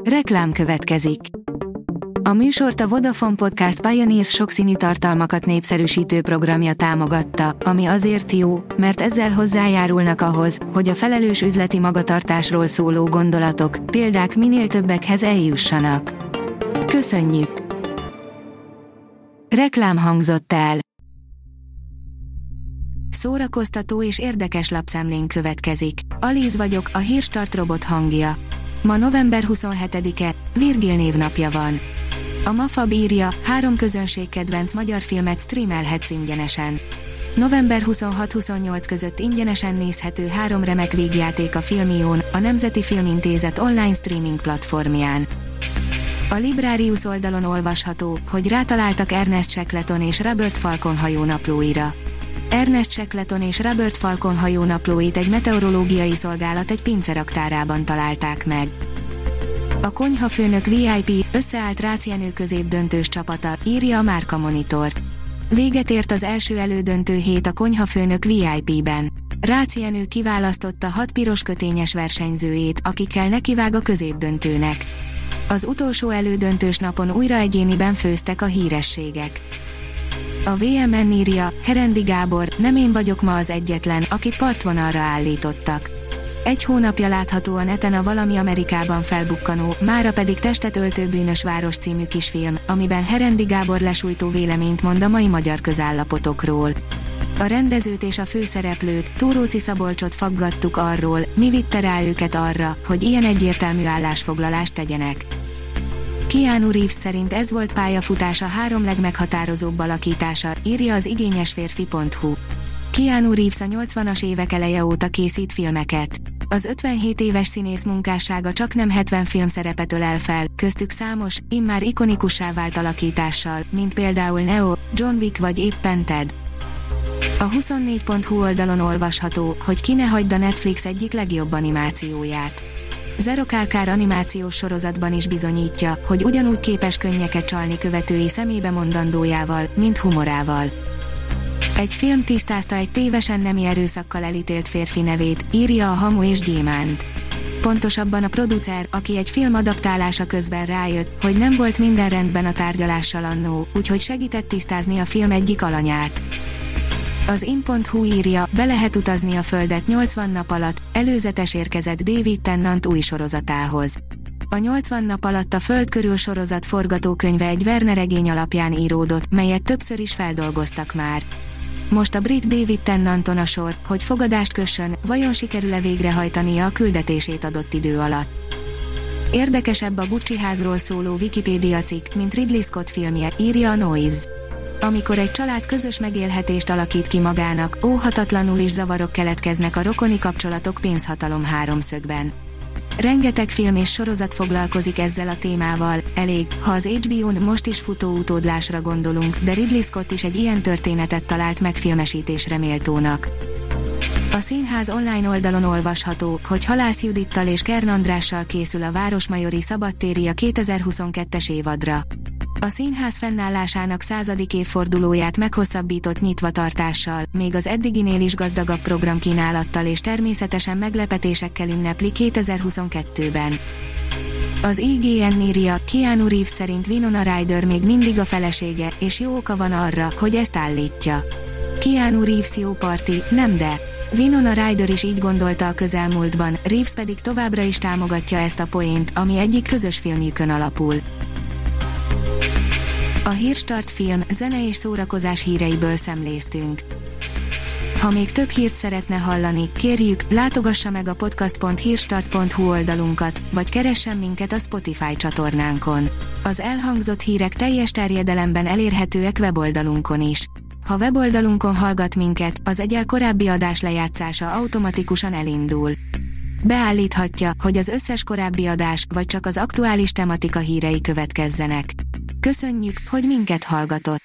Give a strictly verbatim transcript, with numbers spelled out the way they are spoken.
Reklám következik. A műsort a Vodafone Podcast Pioneers sokszínű tartalmakat népszerűsítő programja támogatta, ami azért jó, mert ezzel hozzájárulnak ahhoz, hogy a felelős üzleti magatartásról szóló gondolatok, példák minél többekhez eljussanak. Köszönjük! Reklám hangzott el. Szórakoztató és érdekes lapszemlén következik. Alíz vagyok, a Hírstart robot hangja. Ma november huszonhetedike, Virgil névnapja van. A Mafab írja, három közönségkedvenc magyar filmet streamelhetsz ingyenesen. november huszonhat-huszonnyolc között ingyenesen nézhető három remek vígjáték a Filmión, a Nemzeti Filmintézet online streaming platformján. A Librarius oldalon olvasható, hogy rátaláltak Ernest Shackleton és Robert Falcon hajónaplóira. Ernest Shackleton és Robert Falcon hajónaplóit egy meteorológiai szolgálat egy pinceraktárában találták meg. A konyhafőnök vé i pé összeállt Rácz Jenő középdöntős csapata, írja a Márka Monitor. Véget ért az első elődöntő hét a konyhafőnök vé i pé-ben. Rácz Jenő kiválasztotta hat piros kötényes versenyzőjét, akikkel nekivág a középdöntőnek. Az utolsó elődöntős napon újra egyéniben főztek a hírességek. A vé em en írja, Herendi Gábor, nem én vagyok ma az egyetlen, akit partvonalra állítottak. Egy hónapja látható a neten a Valami Amerikában felbukkanó, mára pedig testet öltő bűnös város című kisfilm, amiben Herendi Gábor lesújtó véleményt mond a mai magyar közállapotokról. A rendezőt és a főszereplőt, Tóróczy Szabolcsot faggattuk arról, mi vitte rá őket arra, hogy ilyen egyértelmű állásfoglalást tegyenek. Keanu Reeves szerint ez volt pályafutása három legmeghatározóbb alakítása, írja az igényesférfi pont hu. Keanu Reeves a nyolcvanas évek eleje óta készít filmeket. Az ötvenhét éves színész munkássága csaknem hetven filmszerepet ölel fel, köztük számos, immár ikonikussá vált alakítással, mint például Neo, John Wick vagy éppen Ted. A huszonnégy pont hu oldalon olvasható, hogy ki ne hagyd a Netflix egyik legjobb animációját. Zero Calcar animációs sorozatban is bizonyítja, hogy ugyanúgy képes könnyeket csalni követői szemébe mondandójával, mint humorával. Egy film tisztázta egy tévesen nemi erőszakkal elítélt férfi nevét, írja a Hamu és Gyémánt. Pontosabban a producer, aki egy film adaptálása közben rájött, hogy nem volt minden rendben a tárgyalással annó, úgyhogy segített tisztázni a film egyik alanyát. Az in pont hu írja, be lehet utazni a Földet nyolcvan nap alatt, előzetes érkezett David Tennant új sorozatához. A nyolcvan nap alatt a Föld körül sorozat forgatókönyve egy Verne regény alapján íródott, melyet többször is feldolgoztak már. Most a brit David Tennanton a sor, hogy fogadást kössön, vajon sikerül-e végrehajtania a küldetését adott idő alatt. Érdekesebb a Gucci házról szóló Wikipédia cikk, mint Ridley Scott filmje, írja a Noise. Amikor egy család közös megélhetést alakít ki magának, óhatatlanul is zavarok keletkeznek a rokoni kapcsolatok pénzhatalom háromszögben. Rengeteg film és sorozat foglalkozik ezzel a témával, elég, ha az há bé ó-n most is futó utódlásra gondolunk, de Ridley Scott is egy ilyen történetet talált megfilmesítésre méltónak. A színház online oldalon olvasható, hogy Halász Judittal és Kern Andrással készül a Városmajori szabadtéri a kétezer-huszonkettes évadra. A színház fennállásának századik évfordulóját meghosszabbított nyitvatartással, még az eddiginél is gazdagabb programkínálattal és természetesen meglepetésekkel ünnepli kétezer-huszonkettőben. Az i gé en írja, Keanu Reeves szerint Winona Ryder még mindig a felesége, és jó oka van arra, hogy ezt állítja. Keanu Reeves jó parti, nem de. Winona Ryder is így gondolta a közelmúltban, Reeves pedig továbbra is támogatja ezt a poént, ami egyik közös filmjükön alapul. A Hírstart film, zene és szórakozás híreiből szemléztünk. Ha még több hírt szeretne hallani, kérjük, látogassa meg a podcast pont hírstart pont hu oldalunkat, vagy keressen minket a Spotify csatornánkon. Az elhangzott hírek teljes terjedelemben elérhetőek weboldalunkon is. Ha weboldalunkon hallgat minket, az egyel korábbi adás lejátszása automatikusan elindul. Beállíthatja, hogy az összes korábbi adás, vagy csak az aktuális tematika hírei következzenek. Köszönjük, hogy minket hallgatott!